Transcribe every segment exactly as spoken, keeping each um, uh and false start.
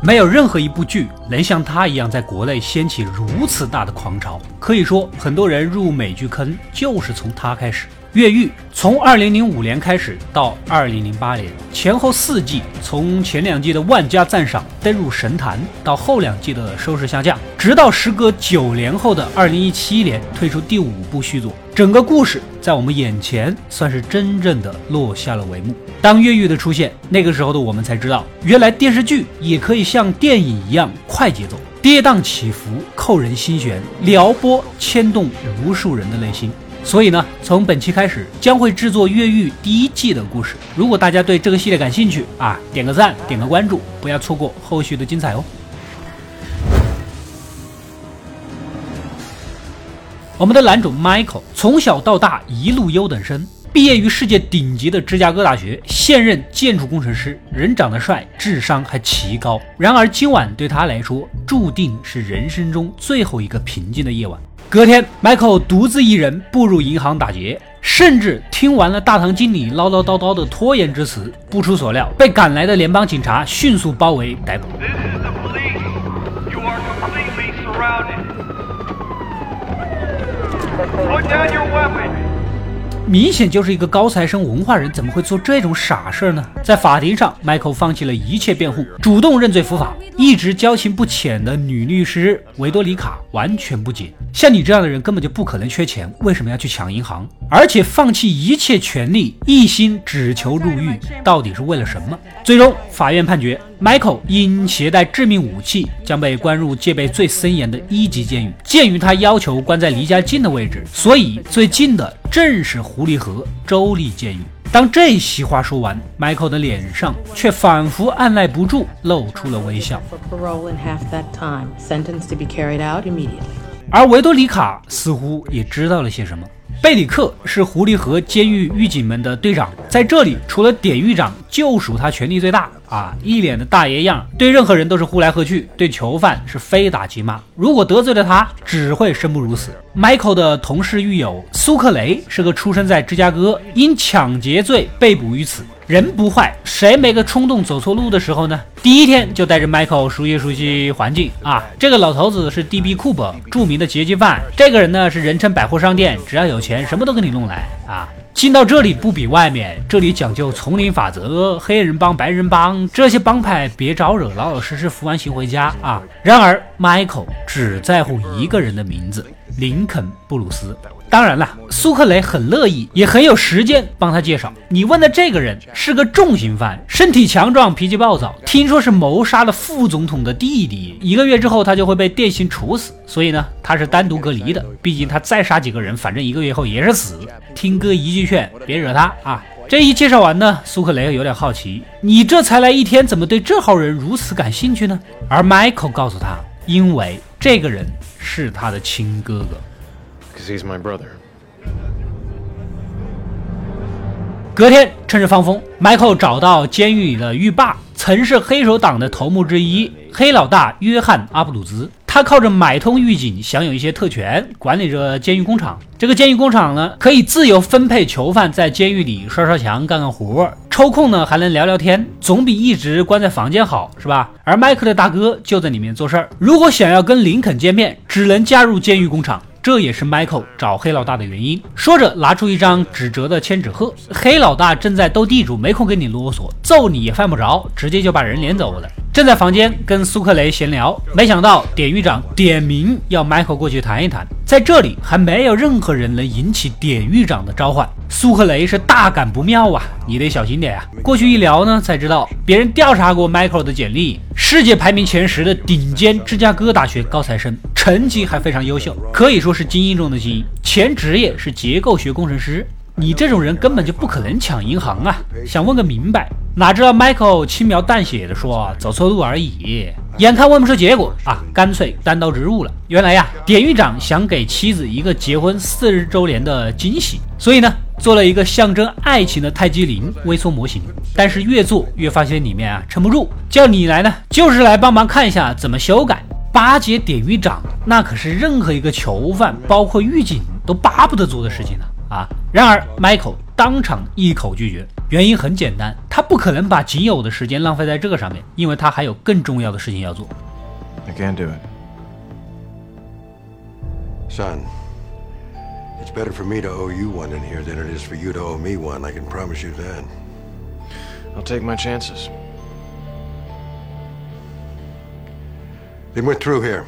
没有任何一部剧能像他一样在国内掀起如此大的狂潮，可以说很多人入美剧坑就是从他开始。越狱从二零零五年开始到二零零八年，前后四季，从前两季的万家赞赏登入神坛，到后两季的收视下降，直到时隔九年后的二零一七年推出第五部续作，整个故事在我们眼前算是真正的落下了帷幕。当越狱的出现，那个时候的我们才知道，原来电视剧也可以像电影一样快节奏，跌宕起伏，扣人心弦，撩拨牵动无数人的内心。所以呢，从本期开始将会制作越狱第一季的故事。如果大家对这个系列感兴趣啊，点个赞，点个关注，不要错过后续的精彩哦。我们的男主 Michael 从小到大一路优等生，毕业于世界顶级的芝加哥大学，现任建筑工程师，人长得帅，智商还奇高。然而今晚对他来说注定是人生中最后一个平静的夜晚。隔天 Michael 独自一人步入银行打劫，甚至听完了大堂经理唠唠叨叨的拖延之词，不出所料被赶来的联邦警察迅速包围逮捕。明显就是一个高材生文化人，怎么会做这种傻事呢？在法庭上 Michael 放弃了一切辩护，主动认罪伏法。一直交情不浅的女律师维多里卡完全不解，像你这样的人根本就不可能缺钱，为什么要去抢银行，而且放弃一切权利，一心只求入狱，到底是为了什么？最终法院判决 Michael 因携带致命武器将被关入戒备最森严的一级监狱。鉴于他要求关在离家近的位置，所以最近的正是狐狸河州立监狱。当这席话说完， Michael 的脸上却仿佛按耐不住露出了微笑。而维多里卡似乎也知道了些什么。贝里克是狐狸河监狱狱警们的队长，在这里除了典狱长就属他权力最大啊，一脸的大爷样，对任何人都是呼来喝去，对囚犯是非打即骂，如果得罪了他只会生不如死。 Michael 的同事狱友苏克雷是个出生在芝加哥，因抢劫罪被捕于此。人不坏，谁没个冲动走错路的时候呢？第一天就带着 Michael 熟悉熟悉环境啊。这个老头子是 D B 库珀，著名的劫机犯。这个人呢是人称百货商店，只要有钱什么都给你弄来啊。进到这里不比外面，这里讲究丛林法则，黑人帮白人帮，这些帮派别招惹，老老实实服完刑回家啊。然而 Michael 只在乎一个人的名字，林肯布鲁斯。当然了，苏克雷很乐意，也很有时间帮他介绍。你问的这个人是个重刑犯，身体强壮，脾气暴躁，听说是谋杀了副总统的弟弟，一个月之后他就会被电刑处死，所以呢他是单独隔离的，毕竟他再杀几个人，反正一个月后也是死。听哥一句劝，别惹他啊。这一介绍完呢，苏克雷有点好奇，你这才来一天，怎么对这号人如此感兴趣呢？而 Michael 告诉他，因为这个人是他的亲哥哥。 He's my brother. 隔天趁着放风， Michael 找到监狱里的狱霸，曾是黑手党的头目之一黑老大约翰阿布鲁兹。他靠着买通狱警享有一些特权，管理着监狱工厂。这个监狱工厂呢，可以自由分配囚犯在监狱里刷刷墙干干活，抽空呢还能聊聊天，总比一直关在房间好，是吧？而麦克的大哥就在里面做事儿，如果想要跟林肯见面，只能加入监狱工厂。这也是 Michael 找黑老大的原因。说着拿出一张纸折的千纸鹤，黑老大正在斗地主，没空跟你啰嗦，揍你也犯不着，直接就把人撵走了。正在房间跟苏克雷闲聊，没想到典狱长点名要 Michael 过去谈一谈。在这里还没有任何人能引起典狱长的召唤，苏克雷是大感不妙啊，你得小心点啊。过去一聊呢，才知道别人调查过 Michael 的简历，世界排名前十的顶尖芝加哥大学高材生，成绩还非常优秀，可以说是精英中的精英，前职业是结构学工程师。你这种人根本就不可能抢银行啊！想问个明白，哪知道 Michael 轻描淡写的说走错路而已，眼看问不出结果啊，干脆单刀直入了。原来呀，典狱长想给妻子一个结婚四十周年的惊喜，所以呢做了一个象征爱情的泰姬陵微缩模型。但是越做越发现里面啊撑不住，叫你来呢就是来帮忙看一下怎么修改。巴结典狱长那可是任何一个囚犯包括狱警都巴不得做的事情呢啊！然而 Michael 当场一口拒绝， 原因很简单，他不可能把仅有的时间浪费在这个上面，因为他还有更重要的事情要做。 I can't do it. Son, it's better for me to owe you one in here than it is for you to owe me one. I can promise you that. I'll take my chances. They went through here.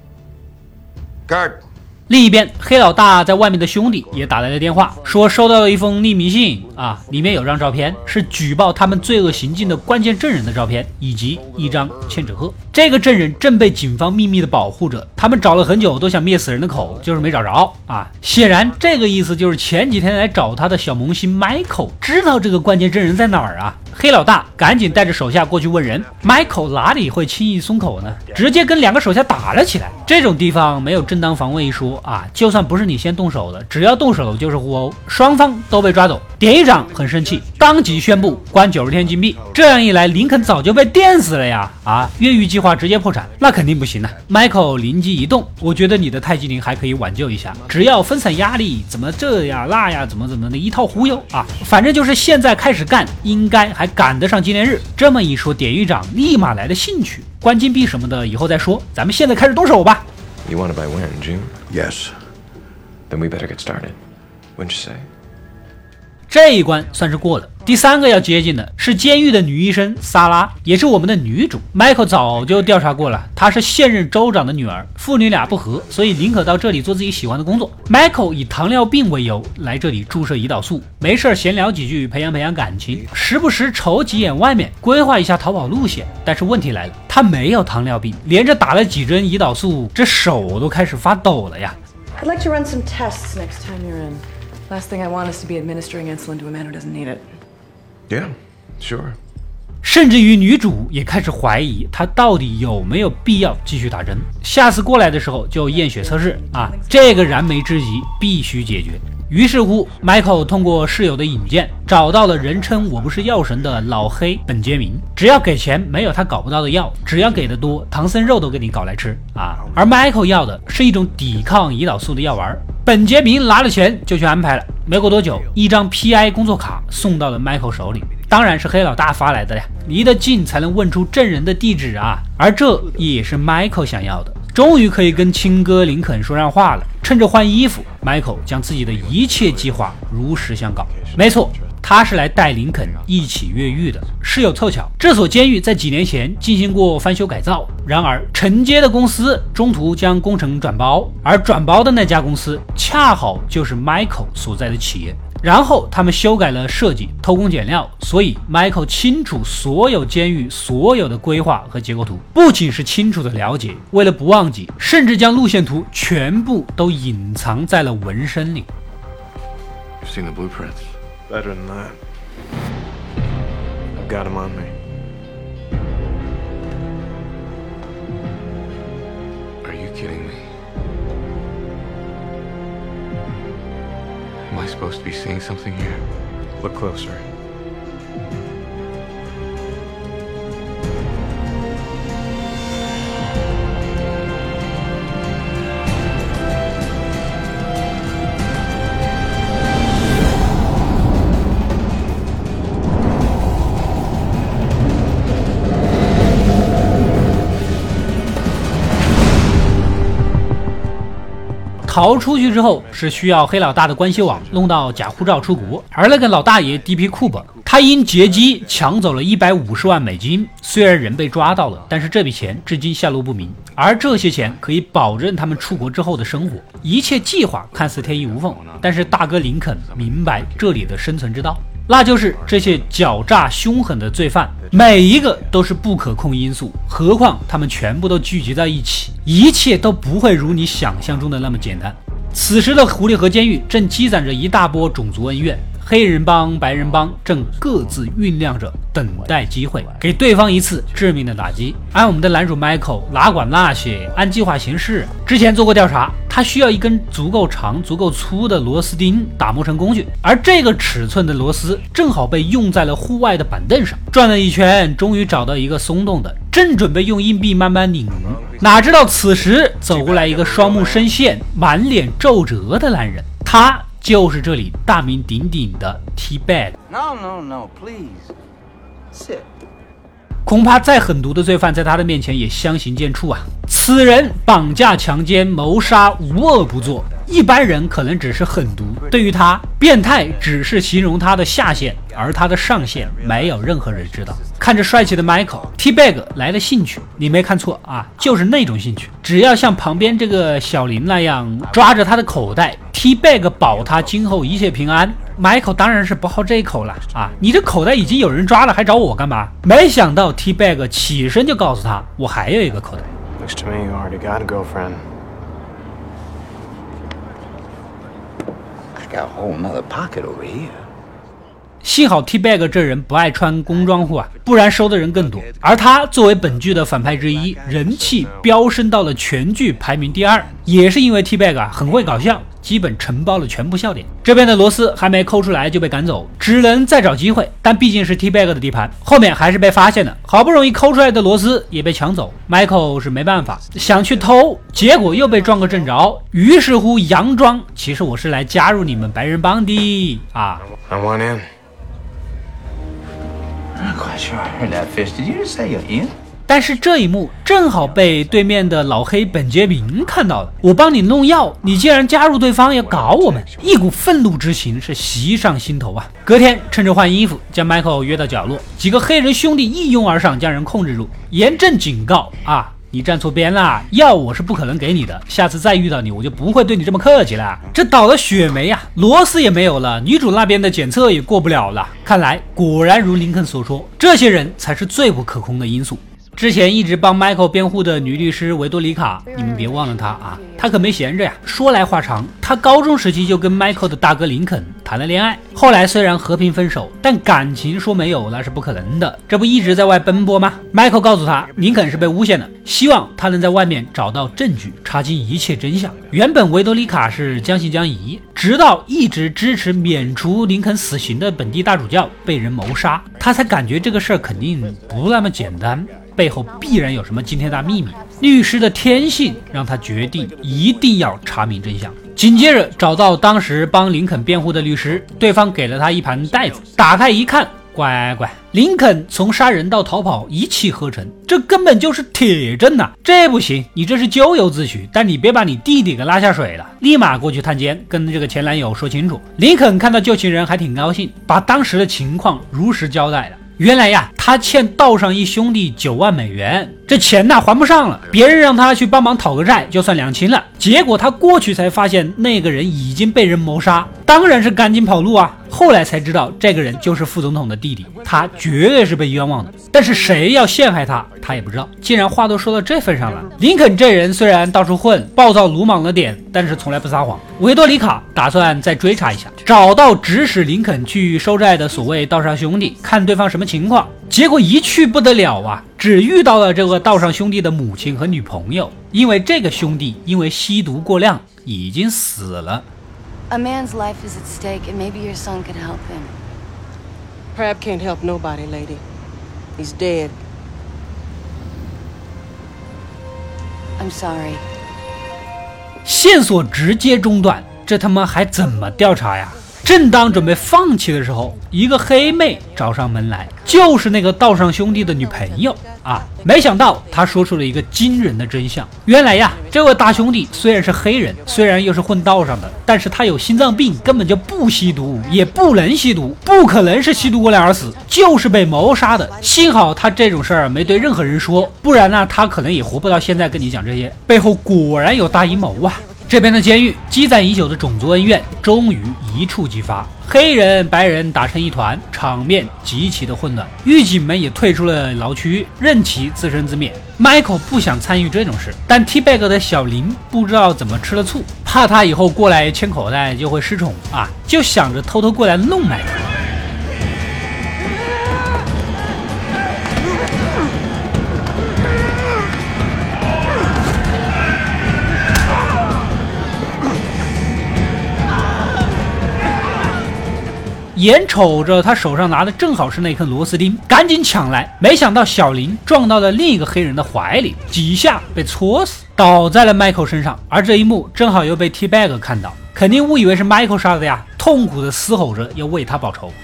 Guard. 另一边，黑老大在外面的兄弟也打来了电话，说收到了一封匿名信啊，里面有张照片，是举报他们罪恶行径的关键证人的照片，以及一张千纸鹤。这个证人正被警方秘密的保护着，他们找了很久都想灭死人的口，就是没找着啊。显然，这个意思就是前几天来找他的小萌新 Michael 知道这个关键证人在哪儿啊。黑老大赶紧带着手下过去问人 ，Michael 哪里会轻易松口呢？直接跟两个手下打了起来。这种地方没有正当防卫一说啊，就算不是你先动手的，只要动手就是互殴，双方都被抓走。典狱长很生气，当即宣布关九十天禁闭。这样一来，林肯早就被电死了呀！啊，越狱计划直接破产，那肯定不行啊。Michael 灵机一动，我觉得你的泰姬陵还可以挽救一下，只要分散压力，怎么这呀那呀，怎么怎么的一套忽悠啊，反正就是现在开始干，应该还赶得上纪念日。这么一说，典狱长立马来了兴趣，关禁闭什么的以后再说，咱们现在开始动手吧。 You want it by when, June? Yes. Then we better get started. Wouldn't you say? 这一关算是过了。第三个要接近的是监狱的女医生萨拉，也是我们的女主。Michael 早就调查过了，她是现任州长的女儿，父女俩不和，所以宁可到这里做自己喜欢的工作。Michael 以糖尿病为由来这里注射胰岛素，没事闲聊几句，培养培养感情，时不时瞅几眼外面，规划一下逃跑路线。但是问题来了，他没有糖尿病，连着打了几针胰岛素，这手都开始发抖了呀。 I'd like to run some tests next time you're in. Last thing I want is to be administering insulin to a man who doesn't need it. Yeah, sure. 甚至于女主也开始怀疑他到底有没有必要继续打针。下次过来的时候就验血测试啊，这个燃眉之急必须解决。于是乎 Michael 通过室友的引荐找到了人称我不是药神的老黑本杰明，只要给钱没有他搞不到的药，只要给的多，唐僧肉都给你搞来吃啊。而 Michael 要的是一种抵抗胰岛素的药丸，本杰明拿了钱就去安排了。没过多久，一张 P I 工作卡送到了 Michael 手里，当然是黑老大发来的呀，离得近才能问出证人的地址啊，而这也是 Michael 想要的。终于可以跟亲哥林肯说上话了。趁着换衣服 ，Michael 将自己的一切计划如实相告。没错，他是来带林肯一起越狱的。事有凑巧，这所监狱在几年前进行过翻修改造，然而承接的公司中途将工程转包，而转包的那家公司恰好就是 Michael 所在的企业。然后他们修改了设计，偷工减料，所以 Michael 清楚所有监狱所有的规划和结构图，不仅是清楚的了解，为了不忘记，甚至将路线图全部都隐藏在了纹身里。 You've seen the blueprints. Better than that. I've got them on me. Are you kidding me? Am I supposed to be seeing something here? Look closer. 逃出去之后是需要黑老大的关系网弄到假护照出国，而那个老大爷 D P Cooper 他因劫机抢走了一百五十万美金，虽然人被抓到了，但是这笔钱至今下落不明，而这些钱可以保证他们出国之后的生活。一切计划看似天衣无缝，但是大哥林肯明白这里的生存之道，那就是这些狡诈凶狠的罪犯每一个都是不可控因素，何况他们全部都聚集在一起，一切都不会如你想象中的那么简单。此时的狐狸河监狱正积攒着一大波种族恩怨，黑人帮白人帮正各自酝酿着，等待机会给对方一次致命的打击。而我们的男主 Michael 哪管那些，按计划行事。之前做过调查，他需要一根足够长足够粗的螺丝钉打磨成工具，而这个尺寸的螺丝正好被用在了户外的板凳上。转了一圈，终于找到一个松动的，正准备用硬币慢慢拧，哪知道此时走过来一个双目深陷满脸皱褶的男人，他就是这里大名鼎鼎的 T-Bag。 No, no, no, please. Sit. 恐怕再狠毒的罪犯在他的面前也相形见绌啊！此人绑架、强奸、谋杀，无恶不作。一般人可能只是狠毒，对于他，变态只是形容他的下限，而他的上限没有任何人知道。看着帅气的 Michael T-Bag 来了兴趣，你没看错啊，就是那种兴趣。只要像旁边这个小林那样抓着他的口袋 ，T-Bag 保他今后一切平安。Michael 当然是不好这一口了啊！你这口袋已经有人抓了，还找我干嘛？没想到 T-Bag 起身就告诉他，我还有一个口袋。 Looks to me you already got a girlfriend. I got a whole nother pocket over here. 幸好 T-Bag 这人不爱穿工装裤啊，不然收的人更多。而他作为本剧的反派之一，人气飙升到了全剧排名第二，也是因为 T-Bag 啊很会搞笑，基本承包了全部笑点。这边的罗斯还没抠出来就被赶走，只能再找机会。但毕竟是 T-Bag 的地盘，后面还是被发现了。好不容易抠出来的罗斯也被抢走 ，Michael 是没办法，想去偷，结果又被撞个正着。于是乎佯装，其实我是来加入你们白人帮的啊。 I want in. I'm not quite sure I heard that, Fish. Did you just say you're in? 但是这一幕正好被对面的老黑本杰明看到了，我帮你弄药，你竟然加入对方要搞我们，一股愤怒之情是袭上心头啊！隔天趁着换衣服，将 Michael 约到角落，几个黑人兄弟一拥而上，将人控制住，严正警告啊！你站错边啦，药我是不可能给你的，下次再遇到你我就不会对你这么客气了。这倒了血霉呀、啊，罗斯也没有了，女主那边的检测也过不了了。看来果然如林肯所说，这些人才是最不可控的因素。之前一直帮 Michael 辩护的女律师维多里卡，你们别忘了她啊，她可没闲着呀。说来话长，她高中时期就跟 Michael 的大哥林肯谈了恋爱，后来虽然和平分手，但感情说没有那是不可能的。这不一直在外奔波吗？ Michael 告诉他，林肯是被诬陷的，希望他能在外面找到证据，查清一切真相。原本维多里卡是将信将疑，直到一直支持免除林肯死刑的本地大主教被人谋杀，他才感觉这个事儿肯定不那么简单，背后必然有什么惊天大秘密。律师的天性让他决定一定要查明真相。紧接着找到当时帮林肯辩护的律师，对方给了他一盘袋子，打开一看，乖乖，林肯从杀人到逃跑一气呵成，这根本就是铁证呐、啊！这不行，你这是咎由自取，但你别把你弟弟给拉下水了。立马过去探监，跟这个前男友说清楚。林肯看到旧情人还挺高兴，把当时的情况如实交代了。原来呀，他欠道上一兄弟九万美元，这钱呐还不上了，别人让他去帮忙讨个债，就算两清了。结果他过去才发现那个人已经被人谋杀，当然是赶紧跑路啊。后来才知道这个人就是副总统的弟弟，他绝对是被冤枉的。但是谁要陷害他，他也不知道。既然话都说到这份上了，林肯这人虽然到处混，暴躁鲁莽了点，但是从来不撒谎。维多里卡打算再追查一下，找到指使林肯去收债的所谓道上兄弟，看对方什么情况。结果一去不得了啊，只遇到了这个道上兄弟的母亲和女朋友，因为这个兄弟因为吸毒过量已经死了。 A man's life is at stake, and maybe your son could help him. Crab can't help nobody, lady. He's dead. I'm sorry. 线索直接中断，这他妈还怎么调查呀？正当准备放弃的时候，一个黑妹找上门来，就是那个道上兄弟的女朋友啊！没想到她说出了一个惊人的真相。原来呀，这位大兄弟虽然是黑人，虽然又是混道上的，但是他有心脏病，根本就不吸毒，也不能吸毒，不可能是吸毒过量而死，就是被谋杀的。幸好他这种事儿没对任何人说，不然呢，他可能也活不到现在跟你讲这些。背后果然有大阴谋啊！这边的监狱，积攒已久的种族恩怨终于一触即发，黑人白人打成一团，场面极其的混乱。狱警们也退出了牢区，任其自生自灭。Michael 不想参与这种事，但 T-Bag 的小林不知道怎么吃了醋，怕他以后过来牵口袋就会失宠啊，就想着偷偷过来弄 Michael。眼瞅着他手上拿的正好是那颗螺丝钉，赶紧抢来，没想到小林撞到了另一个黑人的怀里，几下被戳死，倒在了 Michael 身上。而这一幕正好又被 T-Bag 看到， 肯定误以为是 Michael 杀的呀，痛苦的嘶吼着要为他报仇。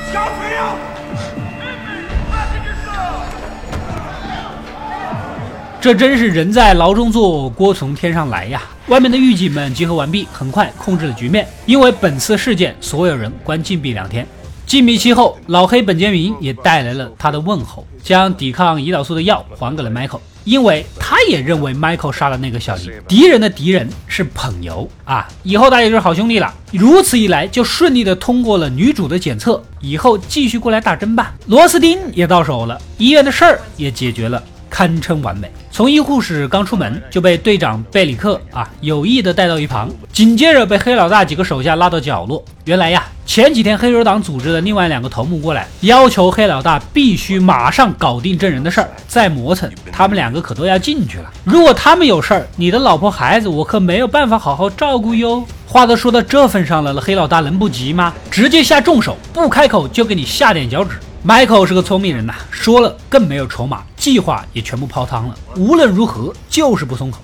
这真是人在牢中坐，锅从天上来呀！外面的狱警们集合完毕，很快控制了局面。因为本次事件，所有人关禁闭两天。禁闭期后，老黑本杰明也带来了他的问候，将抵抗胰岛素的药还给了 Michael， 因为他也认为 Michael 杀了那个小丽，敌人的敌人是朋友啊，以后大家就是好兄弟了。如此一来，就顺利的通过了女主的检测，以后继续过来打针吧。螺丝钉也到手了，医院的事儿也解决了。堪称完美。从医护室刚出门就被队长贝里克啊有意的带到一旁，紧接着被黑老大几个手下拉到角落。原来呀，前几天黑手党组织的另外两个头目过来，要求黑老大必须马上搞定证人的事儿，再磨蹭，他们两个可都要进去了。如果他们有事儿，你的老婆孩子我可没有办法好好照顾哟。话都说到这份上了，黑老大能不急吗？直接下重手，不开口就给你下点脚趾。Michael 是个聪明人呐、啊，说了更没有筹码，计划也全部泡汤了。无论如何，就是不松口。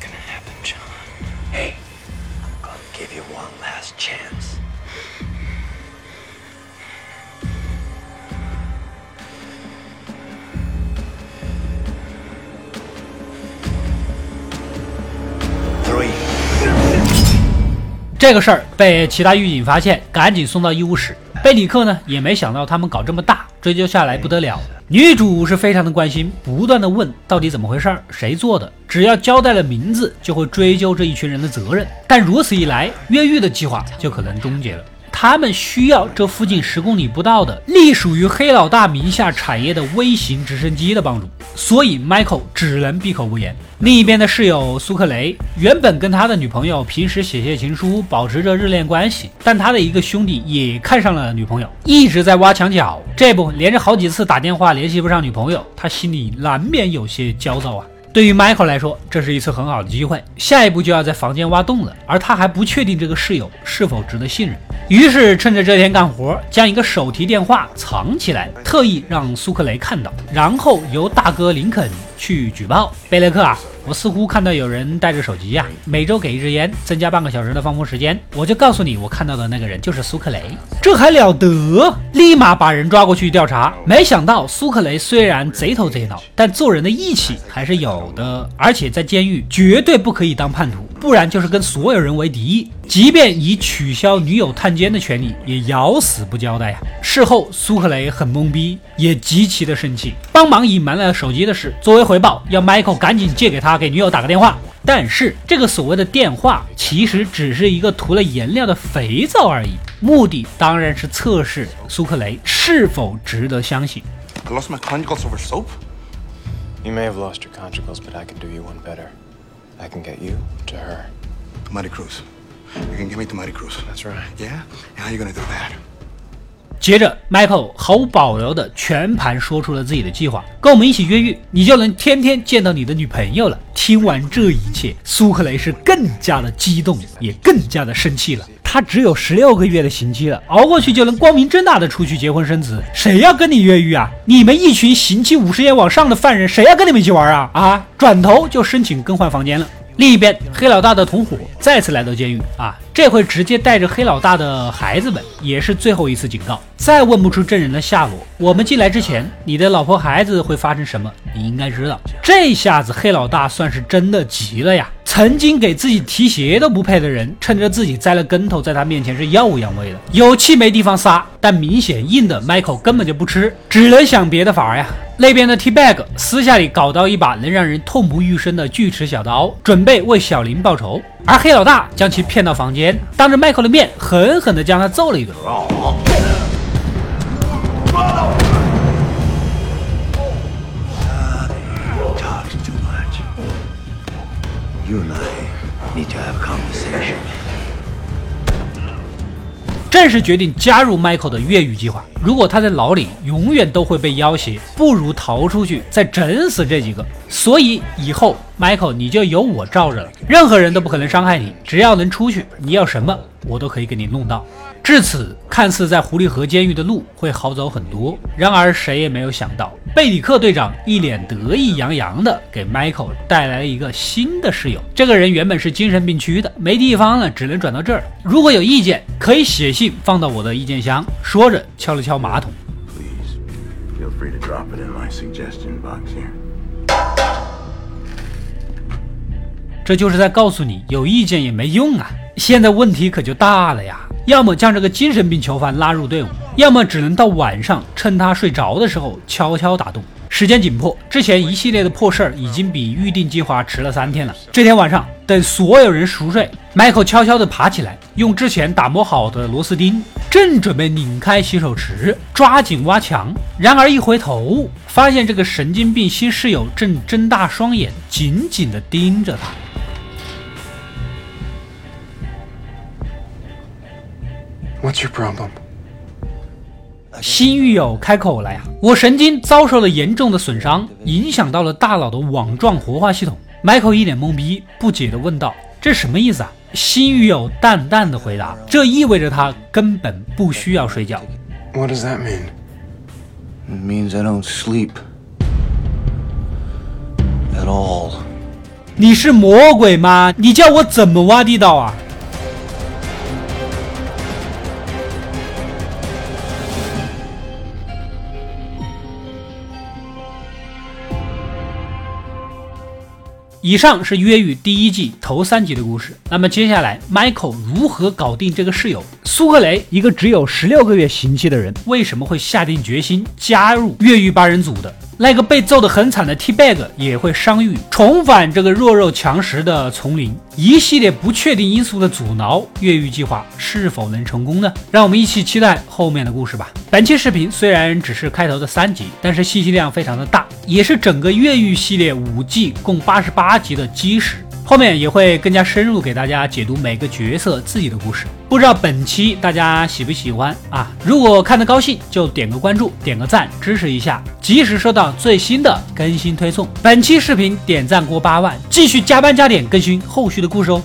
这个事儿被其他狱警发现，赶紧送到医务室。贝里克呢也没想到他们搞这么大，追究下来不得了。女主是非常的关心，不断的问到底怎么回事，谁做的？只要交代了名字，就会追究这一群人的责任。但如此一来，越狱的计划就可能终结了。他们需要这附近十公里不到的隶属于黑老大名下产业的微型直升机的帮助，所以 Michael 只能闭口不言。另一边的室友苏克雷原本跟他的女朋友平时写写情书，保持着热恋关系，但他的一个兄弟也看上了女朋友，一直在挖墙脚。这不连着好几次打电话联系不上女朋友，他心里难免有些焦躁啊。对于 Michael 来说，这是一次很好的机会，下一步就要在房间挖洞了，而他还不确定这个室友是否值得信任。于是趁着这天干活，将一个手提电话藏起来，特意让苏克雷看到，然后由大哥林肯去举报。贝雷克啊，我似乎看到有人带着手机呀、啊，每周给一支烟，增加半个小时的放风时间。我就告诉你，我看到的那个人就是苏克雷。这还了得！立马把人抓过去调查。没想到苏克雷虽然贼头贼脑，但做人的义气还是有的，而且在监狱绝对不可以当叛徒，不然就是跟所有人为敌。即便以取消女友探监的权利，也咬死不交代呀、啊。事后苏克雷很懵逼，也极其的生气，帮忙隐瞒了手机的事，作为回报，要 Michael 赶紧借给他给女友打个电话。但是这个所谓的电话其实只是一个涂了颜料的肥皂而已，目的当然是测试苏克雷是否值得相信。 I lost my conjugals over soap? You may have lost your conjugals, but I can do you one better. I can get you to her. To Mighty Cruz. You can get me to Mighty Cruz. That's right. Yeah? And how are you gonna do that? 接着 Michael 毫无保留的全盘说出了自己的计划，跟我们一起越狱，你就能天天见到你的女朋友了。听完这一切，苏克雷是更加的激动，也更加的生气了。他只有十六个月的刑期了，熬过去就能光明正大的出去结婚生子，谁要跟你越狱啊？你们一群刑期五十年往上的犯人，谁要跟你们一起玩啊？啊！转头就申请更换房间了。另一边，黑老大的同伙再次来到监狱啊，这回直接带着黑老大的孩子们，也是最后一次警告，再问不出证人的下落，我们进来之前，你的老婆孩子会发生什么，你应该知道。这下子黑老大算是真的急了呀！曾经给自己提鞋都不配的人，趁着自己栽了跟头，在他面前是耀武扬威的，有气没地方撒，但明显硬的 Michael 根本就不吃，只能想别的法呀。那边的 T-Bag 私下里搞到一把能让人痛不欲生的锯齿小刀，准备为小林报仇，而黑老大将其骗到房间，当着 Michael 的面狠狠地将他揍了一顿。 You and I need to have a conversation. 正式决定加入 Michael 的越狱计划。如果他在牢里永远都会被要挟，不如逃出去再整死这几个。所以以后 Michael 你就由我罩着了，任何人都不可能伤害你，只要能出去，你要什么我都可以给你弄到。至此，看似在狐狸河监狱的路会好走很多，然而谁也没有想到， 贝里克队长一脸得意洋洋的给 Michael 带来了一个新的室友。这个人原本是精神病区的，没地方了，只能转到这儿。如果有意见，可以写信放到我的意见箱。说着，敲了敲马桶。 Please feel free to drop it in my suggestion box here. 这就是在告诉你，有意见也没用啊！现在问题可就大了呀！要么将这个精神病囚犯拉入队伍，要么只能到晚上趁他睡着的时候悄悄打洞。时间紧迫，之前一系列的破事儿已经比预定计划迟了三天了。这天晚上，等所有人熟睡 ，Michael 悄悄地爬起来，用之前打磨好的螺丝钉，正准备拧开洗手池，抓紧挖墙。然而一回头，发现这个神经病新室友正睁大双眼，紧紧地盯着他。 What's your problem? 新狱友开口了呀，我神经遭受了严重的损伤，影响到了大脑的网状活化系统。Michael 一脸懵逼，不解地问道：“这什么意思啊？”新狱友淡淡的回答：“这意味着他根本不需要睡觉。” What does that mean? It means I don't sleep. At all. 你是魔鬼吗？你叫我怎么挖地道啊？以上是越狱第一季头三集的故事。那么接下来 Michael 如何搞定这个室友？苏克雷一个只有十六个月刑期的人，为什么会下定决心加入越狱八人组的？那个被揍得很惨的 T-Bag 也会伤愈，重返这个弱肉强食的丛林。一系列不确定因素的阻挠，越狱计划是否能成功呢？让我们一起期待后面的故事吧。本期视频虽然只是开头的三集，但是信息量非常的大，也是整个越狱系列五季共八十八集的基石。后面也会更加深入给大家解读每个角色自己的故事。不知道本期大家喜不喜欢啊？如果看得高兴，就点个关注，点个赞，支持一下，及时收到最新的更新推送。本期视频点赞过八万，继续加班加点更新后续的故事哦。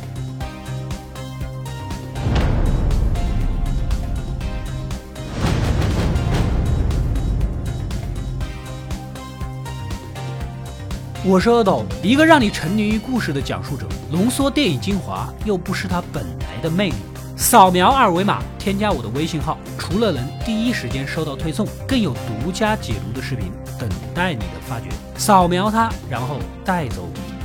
我是阿斗，一个让你沉迷于故事的讲述者，浓缩电影精华，又不失它本来的魅力。扫描二维码，添加我的微信号，除了能第一时间收到推送，更有独家解读的视频等待你的发掘。扫描它，然后带走